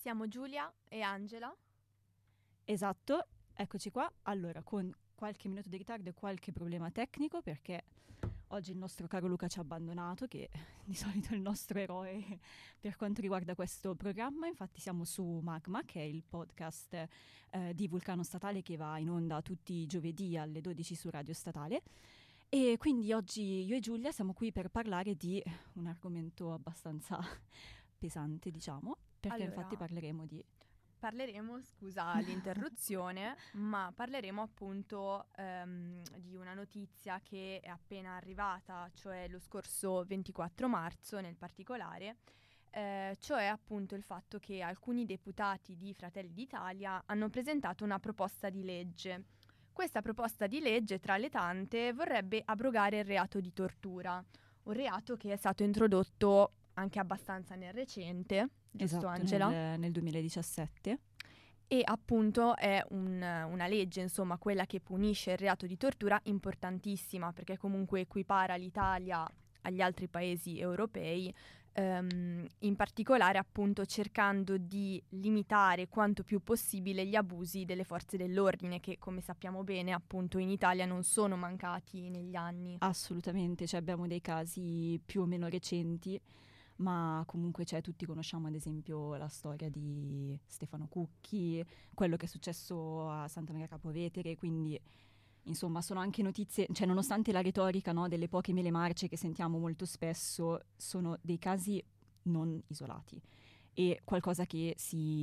Siamo Giulia e Angela. Esatto, eccoci qua. Allora, con qualche minuto di ritardo e qualche problema tecnico, perché oggi il nostro caro Luca ci ha abbandonato, che di solito è il nostro eroe per quanto riguarda questo programma. Infatti siamo su Magma, che è il podcast di Vulcano Statale che va in onda tutti i giovedì alle 12 su Radio Statale. E quindi oggi io e Giulia siamo qui per parlare di un argomento abbastanza pesante, diciamo, perché Allora, infatti parleremo, scusa l'interruzione, ma parleremo appunto di una notizia che è appena arrivata, cioè lo scorso 24 marzo nel particolare, cioè appunto il fatto che alcuni deputati di Fratelli d'Italia hanno presentato una proposta di legge. Questa proposta di legge, tra le tante, vorrebbe abrogare il reato di tortura, un reato che è stato introdotto anche abbastanza nel recente, giusto esatto, Angela? nel 2017. E appunto è una legge, insomma, quella che punisce il reato di tortura, importantissima, perché comunque equipara l'Italia agli altri paesi europei, in particolare appunto cercando di limitare quanto più possibile gli abusi delle forze dell'ordine, che come sappiamo bene appunto in Italia non sono mancati negli anni. Assolutamente, cioè abbiamo dei casi più o meno recenti, ma comunque tutti conosciamo ad esempio la storia di Stefano Cucchi, quello che è successo a Santa Maria Capua Vetere, quindi insomma sono anche notizie, cioè nonostante la retorica, no, delle poche mele marce che sentiamo molto spesso, sono dei casi non isolati e qualcosa che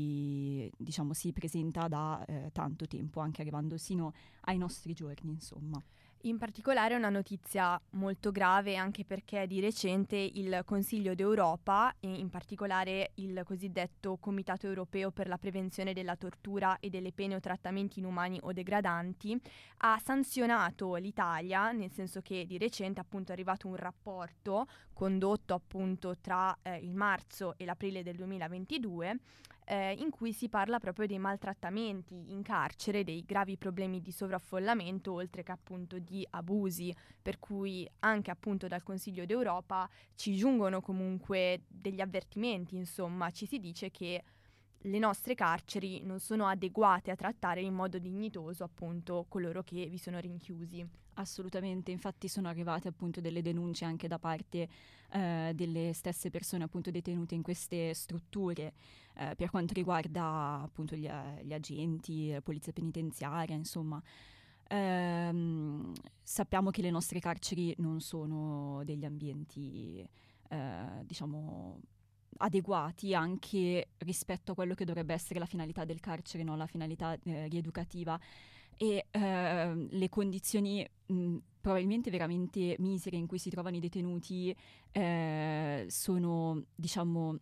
si presenta da tanto tempo, anche arrivando sino ai nostri giorni, insomma. In particolare è una notizia molto grave anche perché di recente il Consiglio d'Europa, e in particolare il cosiddetto Comitato Europeo per la prevenzione della tortura e delle pene o trattamenti inumani o degradanti, ha sanzionato l'Italia, nel senso che di recente appunto è arrivato un rapporto condotto appunto tra il marzo e l'aprile del 2022, in cui si parla proprio dei maltrattamenti in carcere, dei gravi problemi di sovraffollamento, oltre che appunto di abusi, per cui anche appunto dal Consiglio d'Europa ci giungono comunque degli avvertimenti, insomma, ci si dice che le nostre carceri non sono adeguate a trattare in modo dignitoso appunto coloro che vi sono rinchiusi. Assolutamente, infatti sono arrivate appunto delle denunce anche da parte delle stesse persone appunto detenute in queste strutture per quanto riguarda appunto gli agenti, la polizia penitenziaria, insomma. Sappiamo che le nostre carceri non sono degli ambienti, diciamo, adeguati anche rispetto a quello che dovrebbe essere la finalità del carcere, no? La finalità rieducativa e le condizioni probabilmente veramente misere in cui si trovano i detenuti sono, diciamo,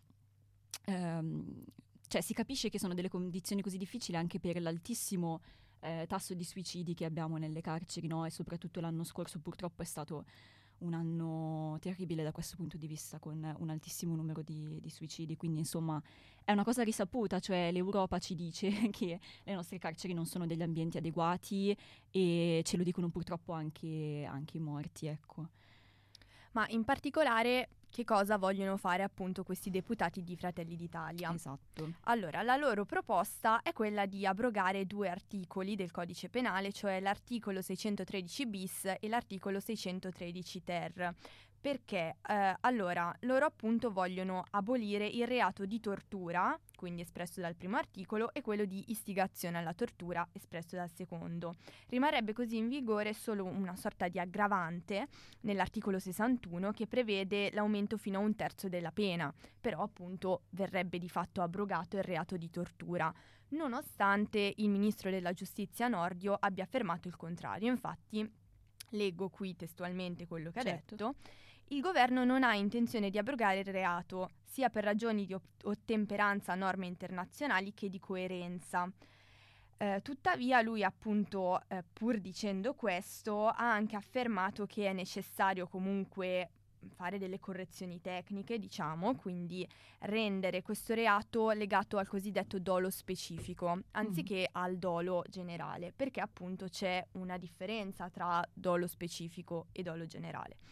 cioè si capisce che sono delle condizioni così difficili anche per l'altissimo tasso di suicidi che abbiamo nelle carceri, no? E soprattutto l'anno scorso purtroppo è stato un anno terribile da questo punto di vista, con un altissimo numero di suicidi, quindi insomma è una cosa risaputa, cioè l'Europa ci dice che le nostre carceri non sono degli ambienti adeguati e ce lo dicono purtroppo anche i morti, ecco. Ma in particolare che cosa vogliono fare appunto questi deputati di Fratelli d'Italia? Esatto. Allora, la loro proposta è quella di abrogare 2 articoli del codice penale, cioè l'articolo 613 bis e l'articolo 613 ter. Perché? Allora, loro appunto vogliono abolire il reato di tortura, quindi espresso dal primo articolo, e quello di istigazione alla tortura, espresso dal secondo. Rimarrebbe così in vigore solo una sorta di aggravante nell'articolo 61 che prevede l'aumento fino a 1/3 della pena, però appunto verrebbe di fatto abrogato il reato di tortura, nonostante il ministro della giustizia Nordio abbia affermato il contrario. Infatti, leggo qui testualmente quello che ha detto: il governo non ha intenzione di abrogare il reato, sia per ragioni di ottemperanza a norme internazionali che di coerenza. Tuttavia lui appunto, pur dicendo questo, ha anche affermato che è necessario comunque fare delle correzioni tecniche, diciamo, quindi rendere questo reato legato al cosiddetto dolo specifico, anziché al dolo generale, perché appunto c'è una differenza tra dolo specifico e dolo generale.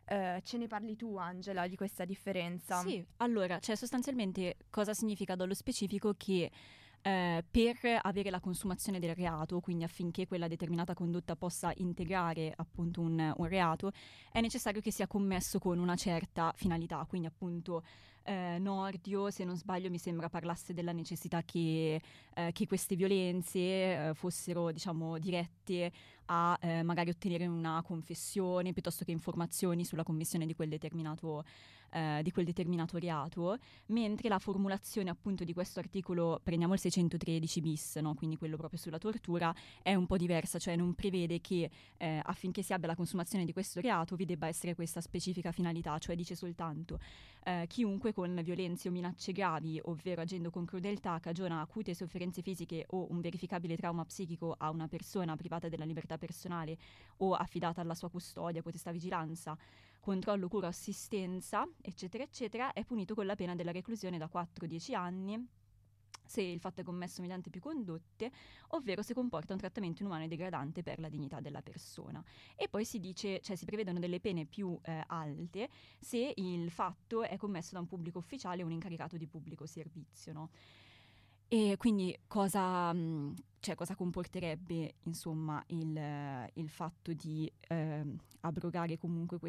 Ce ne parli tu, Angela, di questa differenza? Sì, allora, cioè sostanzialmente cosa significa dallo specifico che per avere la consumazione del reato, quindi affinché quella determinata condotta possa integrare appunto un reato, è necessario che sia commesso con una certa finalità, quindi appunto Nordio, se non sbaglio, mi sembra parlasse della necessità che queste violenze fossero, diciamo, dirette a magari ottenere una confessione piuttosto che informazioni sulla commissione di quel determinato reato, mentre la formulazione appunto di questo articolo, prendiamo il 613 bis, no? Quindi quello proprio sulla tortura, è un po' diversa, cioè non prevede che affinché si abbia la consumazione di questo reato vi debba essere questa specifica finalità, cioè dice soltanto chiunque con violenze o minacce gravi, ovvero agendo con crudeltà, cagiona acute sofferenze fisiche o un verificabile trauma psichico a una persona privata della libertà personale o affidata alla sua custodia, potestà, vigilanza, controllo, cura, assistenza, eccetera, eccetera, è punito con la pena della reclusione da 4 a 10 anni se il fatto è commesso mediante più condotte, ovvero se comporta un trattamento inumano e degradante per la dignità della persona. E poi si dice, cioè si prevedono delle pene più alte se il fatto è commesso da un pubblico ufficiale o un incaricato di pubblico servizio, no? E quindi cosa comporterebbe insomma il fatto di abrogare comunque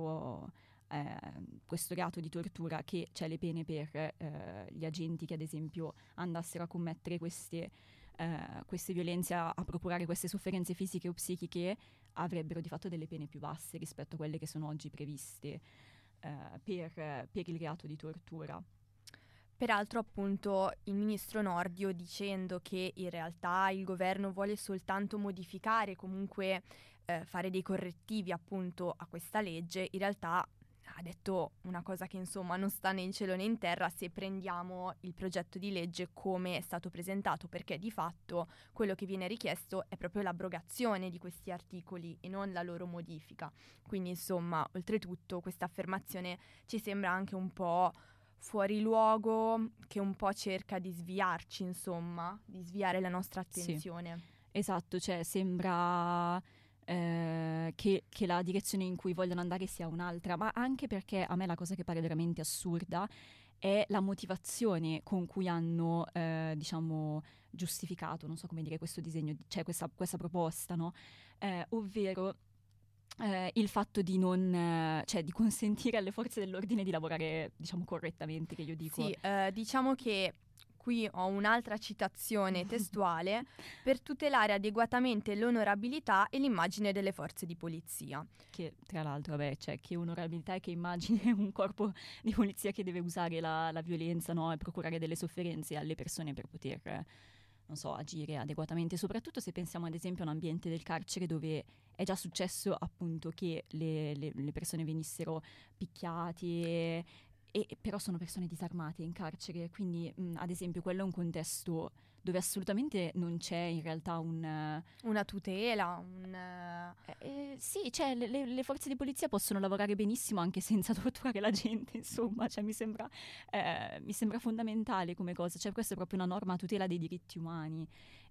questo reato di tortura, che c'è le pene per gli agenti che ad esempio andassero a commettere queste violenze, a procurare queste sofferenze fisiche o psichiche, avrebbero di fatto delle pene più basse rispetto a quelle che sono oggi previste per il reato di tortura. Peraltro appunto il ministro Nordio, dicendo che in realtà il governo vuole soltanto modificare, comunque fare dei correttivi appunto a questa legge, in realtà ha detto una cosa che insomma non sta né in cielo né in terra se prendiamo il progetto di legge come è stato presentato, perché di fatto quello che viene richiesto è proprio l'abrogazione di questi articoli e non la loro modifica. Quindi insomma, oltretutto questa affermazione ci sembra anche un po' fuori luogo, che un po' cerca di sviarci, insomma, di sviare la nostra attenzione. Sì, esatto, cioè sembra che la direzione in cui vogliono andare sia un'altra, ma anche perché a me la cosa che pare veramente assurda è la motivazione con cui hanno, diciamo, giustificato, non so come dire, questo disegno, cioè questa proposta, no? Ovvero il fatto di non, cioè di consentire alle forze dell'ordine di lavorare, diciamo, correttamente, che io dico. Sì, diciamo che qui ho un'altra citazione testuale: per tutelare adeguatamente l'onorabilità e l'immagine delle forze di polizia. Che tra l'altro, vabbè, cioè che onorabilità e che immagine un corpo di polizia che deve usare la violenza, no? E procurare delle sofferenze alle persone per poter, non so, agire adeguatamente, soprattutto se pensiamo ad esempio a un ambiente del carcere dove è già successo appunto che le persone venissero picchiate, e però sono persone disarmate in carcere, quindi ad esempio quello è un contesto dove assolutamente non c'è in realtà una tutela, sì, cioè le forze di polizia possono lavorare benissimo anche senza torturare la gente, insomma, cioè mi sembra fondamentale come cosa, cioè questa è proprio una norma a tutela dei diritti umani.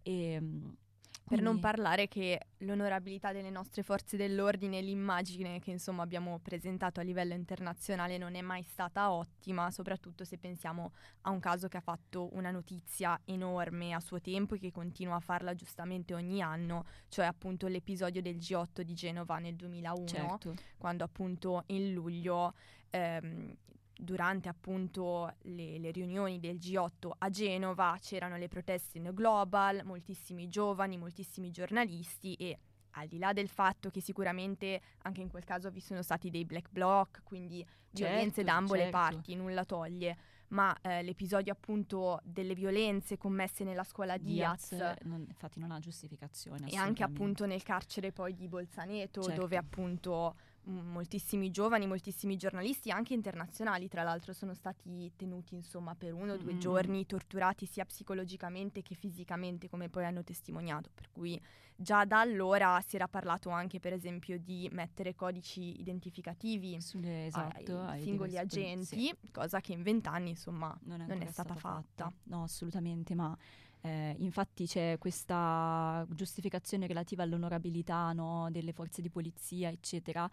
Per non parlare che l'onorabilità delle nostre forze dell'ordine, l'immagine che insomma abbiamo presentato a livello internazionale non è mai stata ottima, soprattutto se pensiamo a un caso che ha fatto una notizia enorme a suo tempo e che continua a farla giustamente ogni anno, cioè appunto l'episodio del G8 di Genova nel 2001, certo, quando appunto in luglio durante appunto le riunioni del G8 a Genova c'erano le proteste No Global, moltissimi giovani, moltissimi giornalisti, e al di là del fatto che sicuramente anche in quel caso vi sono stati dei black bloc, quindi violenze da ambo le parti, nulla toglie, ma l'episodio appunto delle violenze commesse nella scuola Diaz infatti non ha giustificazione, e anche appunto nel carcere poi di Bolzaneto, dove appunto moltissimi giovani, moltissimi giornalisti anche internazionali tra l'altro sono stati tenuti insomma per 1 o 2 giorni, torturati sia psicologicamente che fisicamente, come poi hanno testimoniato, per cui già da allora si era parlato anche per esempio di mettere codici identificativi ai singoli agenti, cosa che in 20 anni insomma non è stata fatta. No, assolutamente, ma Infatti c'è questa giustificazione relativa all'onorabilità, no, delle forze di polizia, eccetera.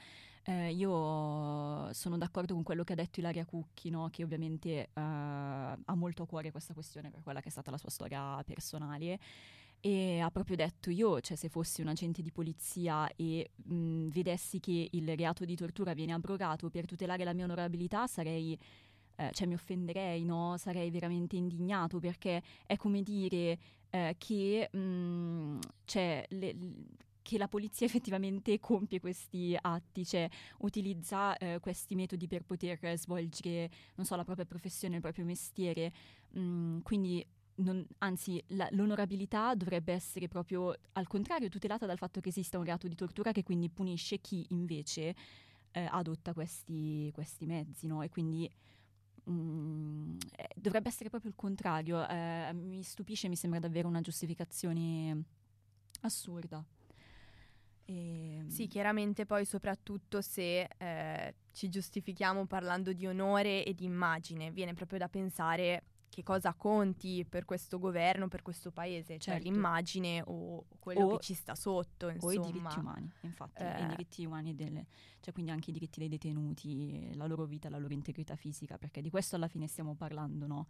Io sono d'accordo con quello che ha detto Ilaria Cucchi, no, che ovviamente ha molto a cuore questa questione per quella che è stata la sua storia personale. E ha proprio detto: io, cioè, se fossi un agente di polizia e vedessi che il reato di tortura viene abrogato per tutelare la mia onorabilità, cioè mi offenderei, no? Sarei veramente indignato, perché è come dire che, cioè, che la polizia effettivamente compie questi atti, cioè utilizza questi metodi per poter svolgere, non so, la propria professione, il proprio mestiere. Quindi anzi, l'onorabilità dovrebbe essere proprio al contrario tutelata dal fatto che esista un reato di tortura che quindi punisce chi invece adotta questi mezzi, no? E quindi dovrebbe essere proprio il contrario. Mi stupisce, mi sembra davvero una giustificazione assurda. Sì, chiaramente poi soprattutto se ci giustifichiamo parlando di onore e di immagine, viene proprio da pensare che cosa conti per questo governo, per questo paese, cioè Certo. l'immagine o quello che ci sta sotto, o insomma. i diritti umani, infatti, i diritti umani cioè quindi anche i diritti dei detenuti, la loro vita, la loro integrità fisica, perché di questo alla fine stiamo parlando, no?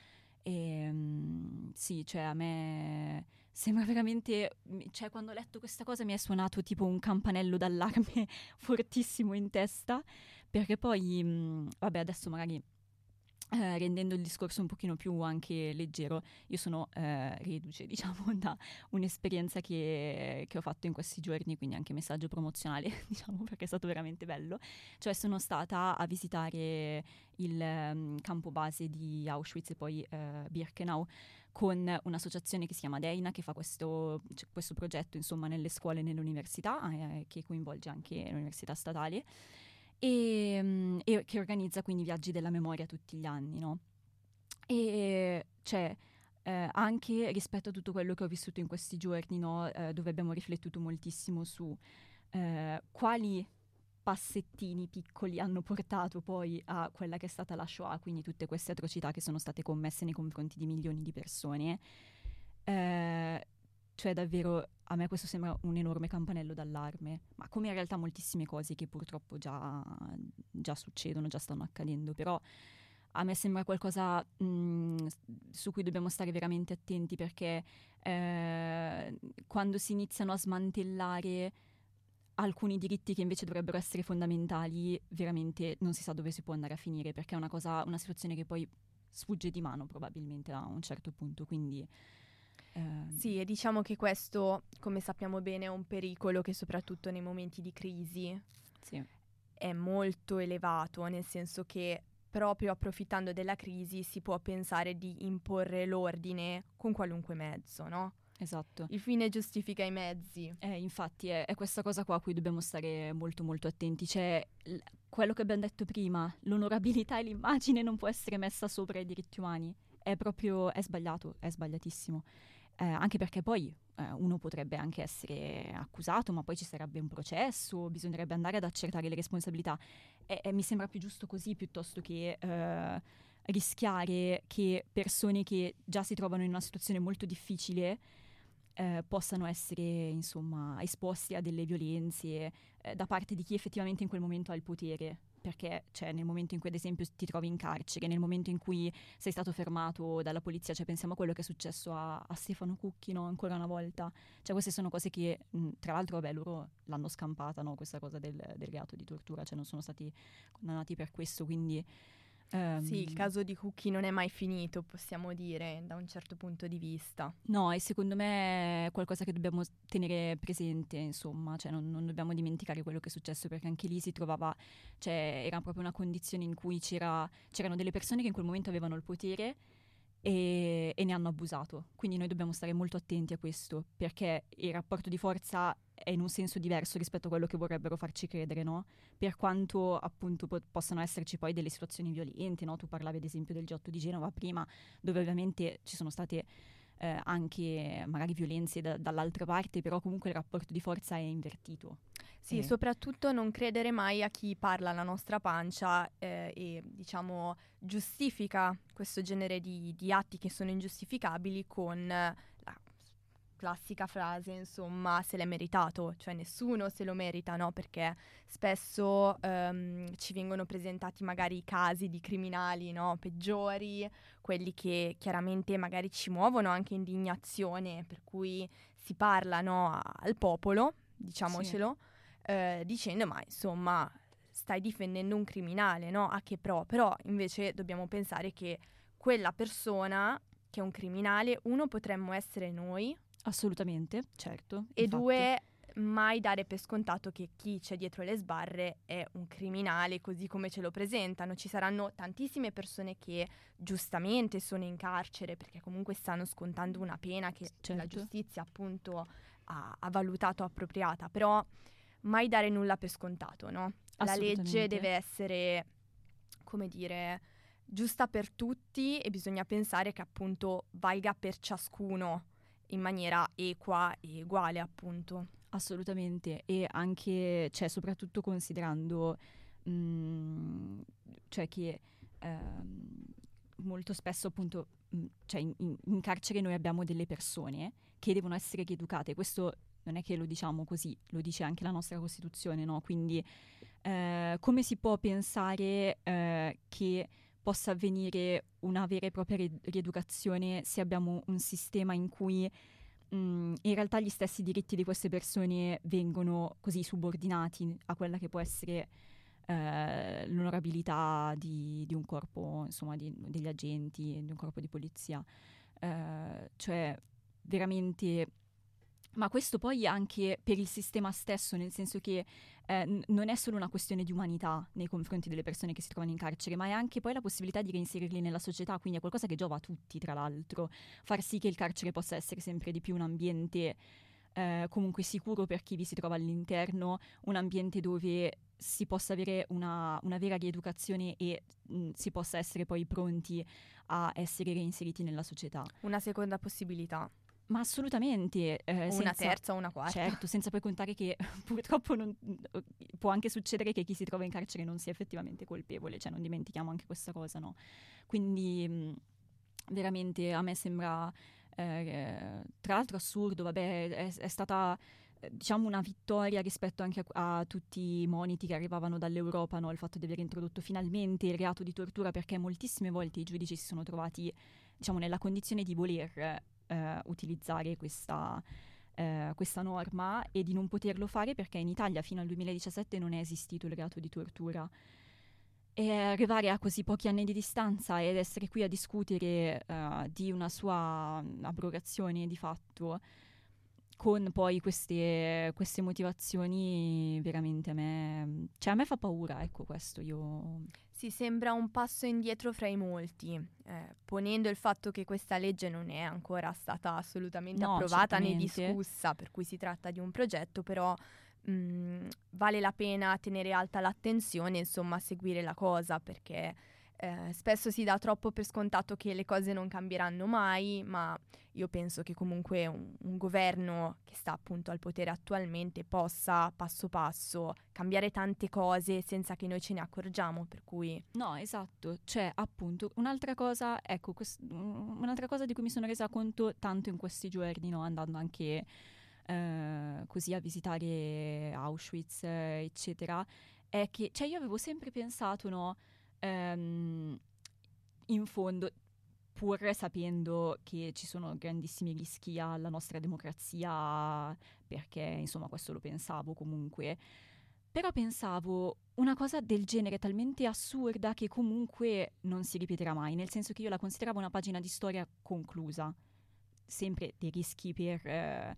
Sì, cioè a me sembra veramente, cioè quando ho letto questa cosa mi è suonato tipo un campanello d'allarme fortissimo in testa, perché poi, vabbè, adesso magari rendendo il discorso un pochino più anche leggero, io sono reduce, diciamo, da un'esperienza che ho fatto in questi giorni, quindi anche messaggio promozionale, diciamo, perché è stato veramente bello. Cioè sono stata a visitare il campo base di Auschwitz e poi Birkenau con un'associazione che si chiama Deina, che fa questo progetto, insomma, nelle scuole e nelle università, che coinvolge anche le università statali. E che organizza quindi viaggi della memoria tutti gli anni, no? E cioè, anche rispetto a tutto quello che ho vissuto in questi giorni, no? Dove abbiamo riflettuto moltissimo su quali passettini piccoli hanno portato poi a quella che è stata la Shoah, quindi tutte queste atrocità che sono state commesse nei confronti di milioni di persone. Cioè davvero a me questo sembra un enorme campanello d'allarme, ma come in realtà moltissime cose che purtroppo già succedono, già stanno accadendo, però a me sembra qualcosa su cui dobbiamo stare veramente attenti, perché quando si iniziano a smantellare alcuni diritti che invece dovrebbero essere fondamentali, veramente non si sa dove si può andare a finire, perché è una situazione che poi sfugge di mano probabilmente a un certo punto, quindi sì, e diciamo che questo, come sappiamo bene, è un pericolo che soprattutto nei momenti di crisi sì, è molto elevato, nel senso che proprio approfittando della crisi si può pensare di imporre l'ordine con qualunque mezzo, no? esatto. Il fine giustifica i mezzi. Infatti è questa cosa qua a cui dobbiamo stare molto molto attenti. Cioè, quello che abbiamo detto prima, l'onorabilità e l'immagine non può essere messa sopra i diritti umani. È sbagliato, è sbagliatissimo. Anche perché poi uno potrebbe anche essere accusato, ma poi ci sarebbe un processo, bisognerebbe andare ad accertare le responsabilità. E mi sembra più giusto così, piuttosto che rischiare che persone che già si trovano in una situazione molto difficile possano essere, insomma, esposti a delle violenze da parte di chi effettivamente in quel momento ha il potere. Perché, cioè, nel momento in cui, ad esempio, ti trovi in carcere, nel momento in cui sei stato fermato dalla polizia, cioè pensiamo a quello che è successo a Stefano Cucchi, no? Ancora una volta. Cioè, queste sono cose che, tra l'altro, vabbè, loro l'hanno scampata, no? Questa cosa del reato di tortura, cioè non sono stati condannati per questo, quindi Sì, il caso di Cucchi non è mai finito, possiamo dire, da un certo punto di vista. no, e secondo me è qualcosa che dobbiamo tenere presente, insomma, cioè non dobbiamo dimenticare quello che è successo, perché anche lì si trovava, cioè era proprio una condizione in cui c'erano delle persone che in quel momento avevano il potere e ne hanno abusato. Quindi noi dobbiamo stare molto attenti a questo, perché il rapporto di forza è in un senso diverso rispetto a quello che vorrebbero farci credere, no? Per quanto appunto possano esserci poi delle situazioni violente, no? Tu parlavi ad esempio del G8 di Genova prima, dove ovviamente ci sono state anche magari violenze dall'altra parte, però comunque il rapporto di forza è invertito. Sì, soprattutto non credere mai a chi parla alla nostra pancia e diciamo giustifica questo genere di atti che sono ingiustificabili con la classica frase, insomma, se l'è meritato, cioè nessuno se lo merita, no? Perché spesso ci vengono presentati magari casi di criminali, no? Peggiori, quelli che chiaramente magari ci muovono anche indignazione, per cui si parla, no, al popolo, diciamocelo, dicendo ma insomma stai difendendo un criminale, no? A che pro? Però invece dobbiamo pensare che quella persona che è un criminale, uno, potremmo essere noi, Assolutamente, certo. e Infatti. due, mai dare per scontato che chi c'è dietro le sbarre è un criminale così come ce lo presentano. Ci saranno tantissime persone che giustamente sono in carcere perché comunque stanno scontando una pena che la giustizia appunto ha valutato appropriata, però mai dare nulla per scontato, no? La legge deve essere, come dire, giusta per tutti e bisogna pensare che appunto valga per ciascuno in maniera equa e uguale, appunto. Assolutamente, e anche, cioè, soprattutto considerando cioè che molto spesso appunto cioè in carcere noi abbiamo delle persone che devono essere rieducate. Questo non è che lo diciamo così, lo dice anche la nostra Costituzione, no? Quindi come si può pensare che possa avvenire una vera e propria rieducazione se abbiamo un sistema in cui in realtà gli stessi diritti di queste persone vengono così subordinati a quella che può essere l'onorabilità di un corpo, insomma, degli agenti, di un corpo di polizia. Cioè, veramente. Ma questo poi anche per il sistema stesso, nel senso che non è solo una questione di umanità nei confronti delle persone che si trovano in carcere, ma è anche poi la possibilità di reinserirli nella società, quindi è qualcosa che giova a tutti, tra l'altro. Far sì che il carcere possa essere sempre di più un ambiente comunque sicuro per chi vi si trova all'interno, un ambiente dove si possa avere una vera rieducazione e si possa essere poi pronti a essere reinseriti nella società. Una seconda possibilità. Ma assolutamente. Una terza o una quarta. Certo, senza poi contare che purtroppo può anche succedere che chi si trova in carcere non sia effettivamente colpevole, cioè non dimentichiamo anche questa cosa, no? Quindi veramente a me sembra, tra l'altro assurdo, vabbè, è stata diciamo una vittoria rispetto anche a tutti i moniti che arrivavano dall'Europa, no? Il fatto di aver introdotto finalmente il reato di tortura, perché moltissime volte i giudici si sono trovati, diciamo, nella condizione di voler utilizzare questa norma e di non poterlo fare perché in Italia fino al 2017 non è esistito il reato di tortura. E arrivare a così pochi anni di distanza ed essere qui a discutere di una sua abrogazione di fatto con poi queste motivazioni, veramente a me fa paura, ecco, questo io. Sì, sembra un passo indietro fra i molti, ponendo il fatto che questa legge non è ancora stata assolutamente approvata né discussa, per cui si tratta di un progetto, però vale la pena tenere alta l'attenzione, insomma, seguire la cosa, perché spesso si dà troppo per scontato che le cose non cambieranno mai, ma io penso che comunque un governo che sta appunto al potere attualmente possa passo passo cambiare tante cose senza che noi ce ne accorgiamo, per cui. No, esatto, cioè appunto un'altra cosa, ecco, un'altra cosa di cui mi sono resa conto tanto in questi giorni, no, andando anche così a visitare Auschwitz, eccetera, è che, cioè io avevo sempre pensato, no, in fondo, pur sapendo che ci sono grandissimi rischi alla nostra democrazia, perché insomma questo lo pensavo comunque, però pensavo una cosa del genere talmente assurda che comunque non si ripeterà mai, nel senso che io la consideravo una pagina di storia conclusa, sempre dei rischi per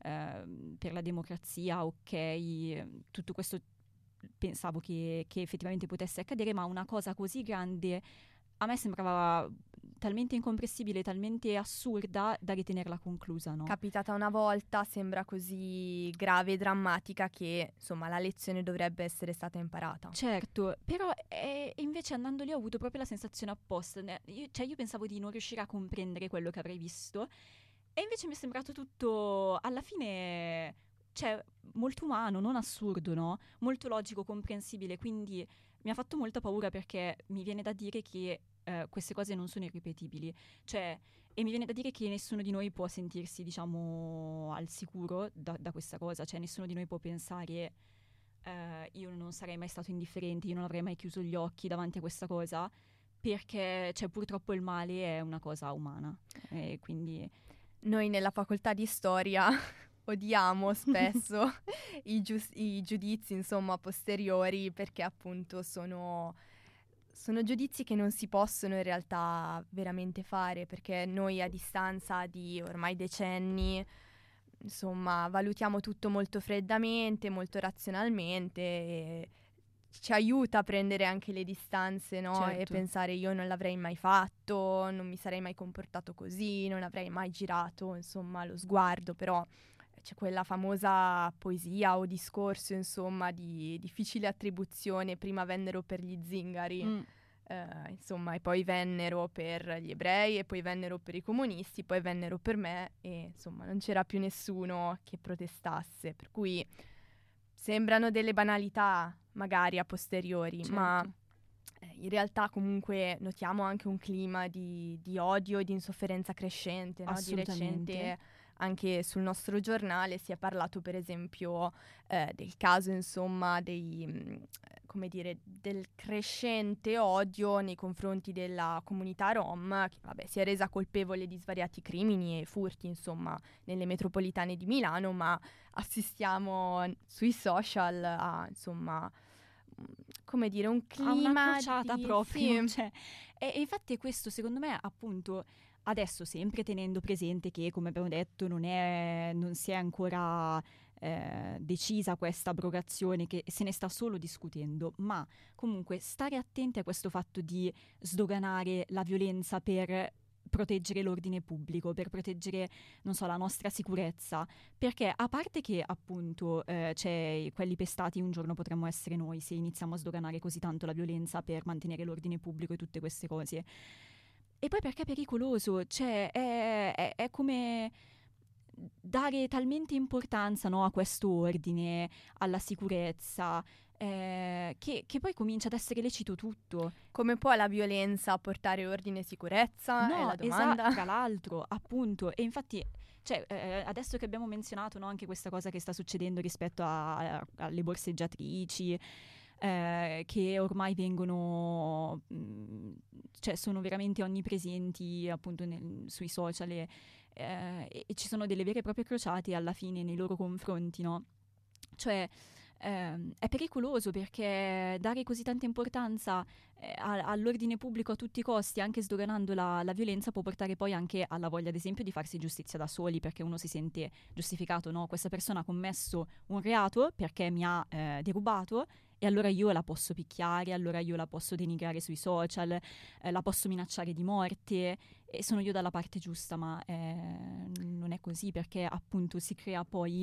la democrazia, ok, tutto questo pensavo che effettivamente potesse accadere, ma una cosa così grande a me sembrava talmente incomprensibile, talmente assurda da ritenerla conclusa, no? Capitata una volta, sembra così grave e drammatica che, insomma, la lezione dovrebbe essere stata imparata. Certo, però invece andando lì ho avuto proprio la sensazione opposta. Io pensavo di non riuscire a comprendere quello che avrei visto e invece mi è sembrato tutto, alla fine, cioè, molto umano, non assurdo, no? Molto logico, comprensibile, quindi mi ha fatto molta paura perché mi viene da dire che queste cose non sono irripetibili, cioè, e mi viene da dire che nessuno di noi può sentirsi, diciamo, al sicuro da questa cosa, cioè nessuno di noi può pensare io non sarei mai stato indifferente, io non avrei mai chiuso gli occhi davanti a questa cosa, perché cioè, purtroppo il male è una cosa umana, e quindi... Noi nella facoltà di storia odiamo spesso i giudizi, insomma, posteriori, perché appunto sono giudizi che non si possono in realtà veramente fare, perché noi a distanza di ormai decenni, insomma, valutiamo tutto molto freddamente, molto razionalmente e ci aiuta a prendere anche le distanze, no? E Certo. pensare io non l'avrei mai fatto, non mi sarei mai comportato così, non avrei mai girato, insomma, lo sguardo, però c'è quella famosa poesia o discorso, insomma, di difficile attribuzione, prima vennero per gli zingari, insomma, e poi vennero per gli ebrei, e poi vennero per i comunisti, poi vennero per me, e insomma, non c'era più nessuno che protestasse, per cui sembrano delle banalità, magari a posteriori, Certo. ma in realtà comunque notiamo anche un clima di odio e di insofferenza crescente, no? Di Assolutamente. recente anche sul nostro giornale si è parlato per esempio del caso, insomma, come dire, del crescente odio nei confronti della comunità rom, che vabbè, si è resa colpevole di svariati crimini e furti, insomma, nelle metropolitane di Milano, ma assistiamo sui social a, insomma, come dire, un Ha una clima crociata di... proprio, Sì, cioè, e infatti è questo, secondo me, appunto, adesso sempre tenendo presente che, come abbiamo detto, non si è ancora decisa questa abrogazione, che se ne sta solo discutendo, ma comunque stare attenti a questo fatto di sdoganare la violenza per proteggere l'ordine pubblico, per proteggere, non so, la nostra sicurezza, perché a parte che appunto c'è quelli pestati un giorno potremmo essere noi se iniziamo a sdoganare così tanto la violenza per mantenere l'ordine pubblico e tutte queste cose. E poi perché è pericoloso, cioè è come dare talmente importanza, no, a questo ordine, alla sicurezza, che poi comincia ad essere lecito tutto. come può la violenza portare ordine e sicurezza? È No, la domanda. tra l'altro, appunto, e infatti, cioè, adesso che abbiamo menzionato, no, anche questa cosa che sta succedendo rispetto alle borseggiatrici, che ormai vengono, cioè, sono veramente onnipresenti appunto sui social e ci sono delle vere e proprie crociate alla fine nei loro confronti, no? Cioè, è pericoloso perché dare così tanta importanza all'ordine pubblico a tutti i costi, anche sdoganando la violenza, può portare poi anche alla voglia, ad esempio, di farsi giustizia da soli, perché uno si sente giustificato, no? Questa persona ha commesso un reato perché mi ha derubato, e allora io la posso picchiare, allora io la posso denigrare sui social, la posso minacciare di morte, e sono io dalla parte giusta, ma non è così, perché appunto si crea poi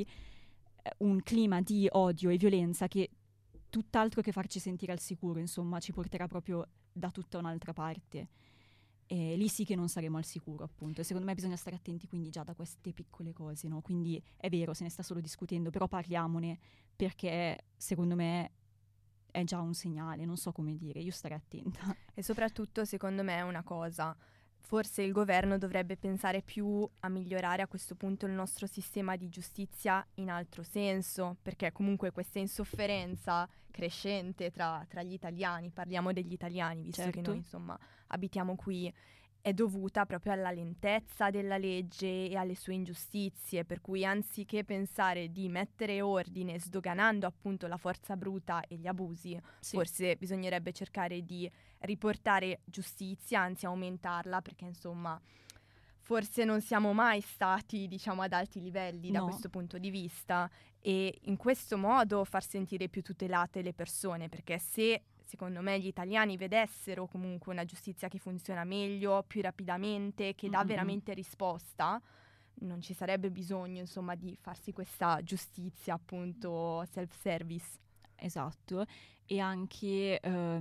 un clima di odio e violenza che tutt'altro che farci sentire al sicuro, insomma, ci porterà proprio da tutta un'altra parte. E lì sì che non saremo al sicuro, appunto. E secondo me bisogna stare attenti quindi già da queste piccole cose, no? Quindi è vero, se ne sta solo discutendo, però parliamone, perché secondo me è già un segnale, non so come dire, io starei attenta. E soprattutto, secondo me, una cosa. Forse il governo dovrebbe pensare più a migliorare a questo punto il nostro sistema di giustizia in altro senso, perché comunque questa insofferenza crescente tra gli italiani, parliamo degli italiani, visto che Certo. noi insomma abitiamo qui, è dovuta proprio alla lentezza della legge e alle sue ingiustizie, per cui anziché pensare di mettere ordine sdoganando appunto la forza bruta e gli abusi, Sì. forse bisognerebbe cercare di riportare giustizia, anzi aumentarla, perché insomma forse non siamo mai stati, diciamo, ad alti livelli da No. questo punto di vista, e in questo modo far sentire più tutelate le persone, perché se secondo me gli italiani vedessero comunque una giustizia che funziona meglio, più rapidamente, che dà veramente risposta, non ci sarebbe bisogno, insomma, di farsi questa giustizia appunto self-service. Esatto, e anche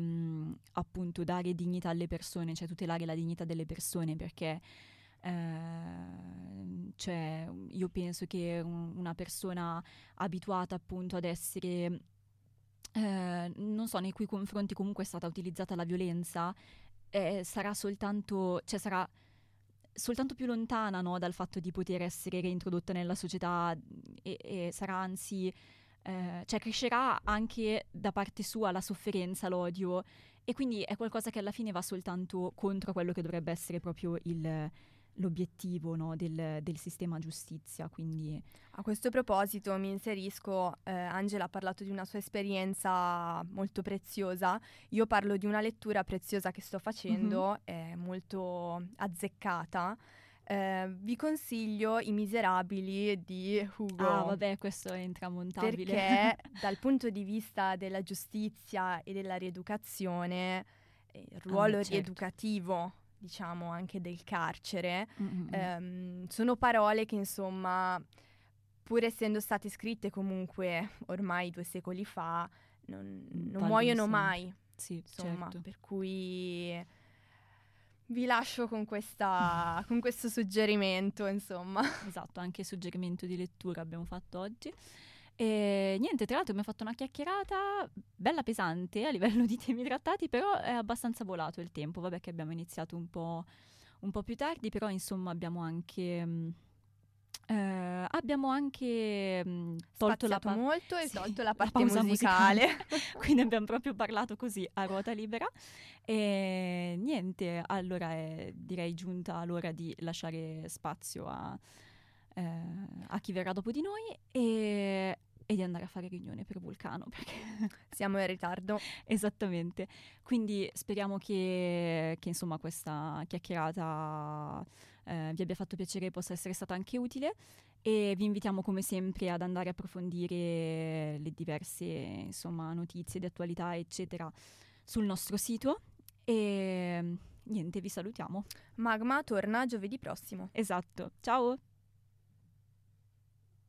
appunto dare dignità alle persone, cioè tutelare la dignità delle persone, perché Cioè, io penso che una persona abituata appunto ad essere, non so, nei cui confronti comunque è stata utilizzata la violenza, sarà soltanto, cioè sarà soltanto più lontana, no, dal fatto di poter essere reintrodotta nella società e sarà anzi, cioè crescerà anche da parte sua la sofferenza, l'odio, e quindi è qualcosa che alla fine va soltanto contro quello che dovrebbe essere proprio l'obiettivo, no, del sistema giustizia. Quindi A questo proposito mi inserisco, Angela ha parlato di una sua esperienza molto preziosa, io parlo di una lettura preziosa che sto facendo, è molto azzeccata. Vi consiglio I Miserabili di Hugo. Ah, vabbè, questo è intramontabile. Perché dal punto di vista della giustizia e della rieducazione, il ruolo certo. rieducativo, diciamo, anche del carcere, sono parole che, insomma, pur essendo state scritte comunque ormai 2 secoli fa, non muoiono sempre. mai. Sì, Insomma, certo. per cui vi lascio con questo suggerimento, insomma. Esatto, anche suggerimento di lettura abbiamo fatto oggi. E niente, tra l'altro abbiamo fatto una chiacchierata bella pesante a livello di temi trattati, però è abbastanza volato il tempo. Vabbè che abbiamo iniziato un po' più tardi, però insomma abbiamo anche tolto la molto e sì, tolto la la parte pausa musicale. Quindi abbiamo proprio parlato così a ruota libera. E niente, allora direi giunta l'ora di lasciare spazio a chi verrà dopo di noi e di andare a fare riunione per Vulcano, perché Siamo in ritardo. esattamente. Quindi speriamo che insomma questa chiacchierata vi abbia fatto piacere e possa essere stata anche utile, e vi invitiamo come sempre ad andare a approfondire le diverse, insomma, notizie di attualità eccetera sul nostro sito, e niente, vi salutiamo. Magma torna giovedì prossimo. Esatto, ciao!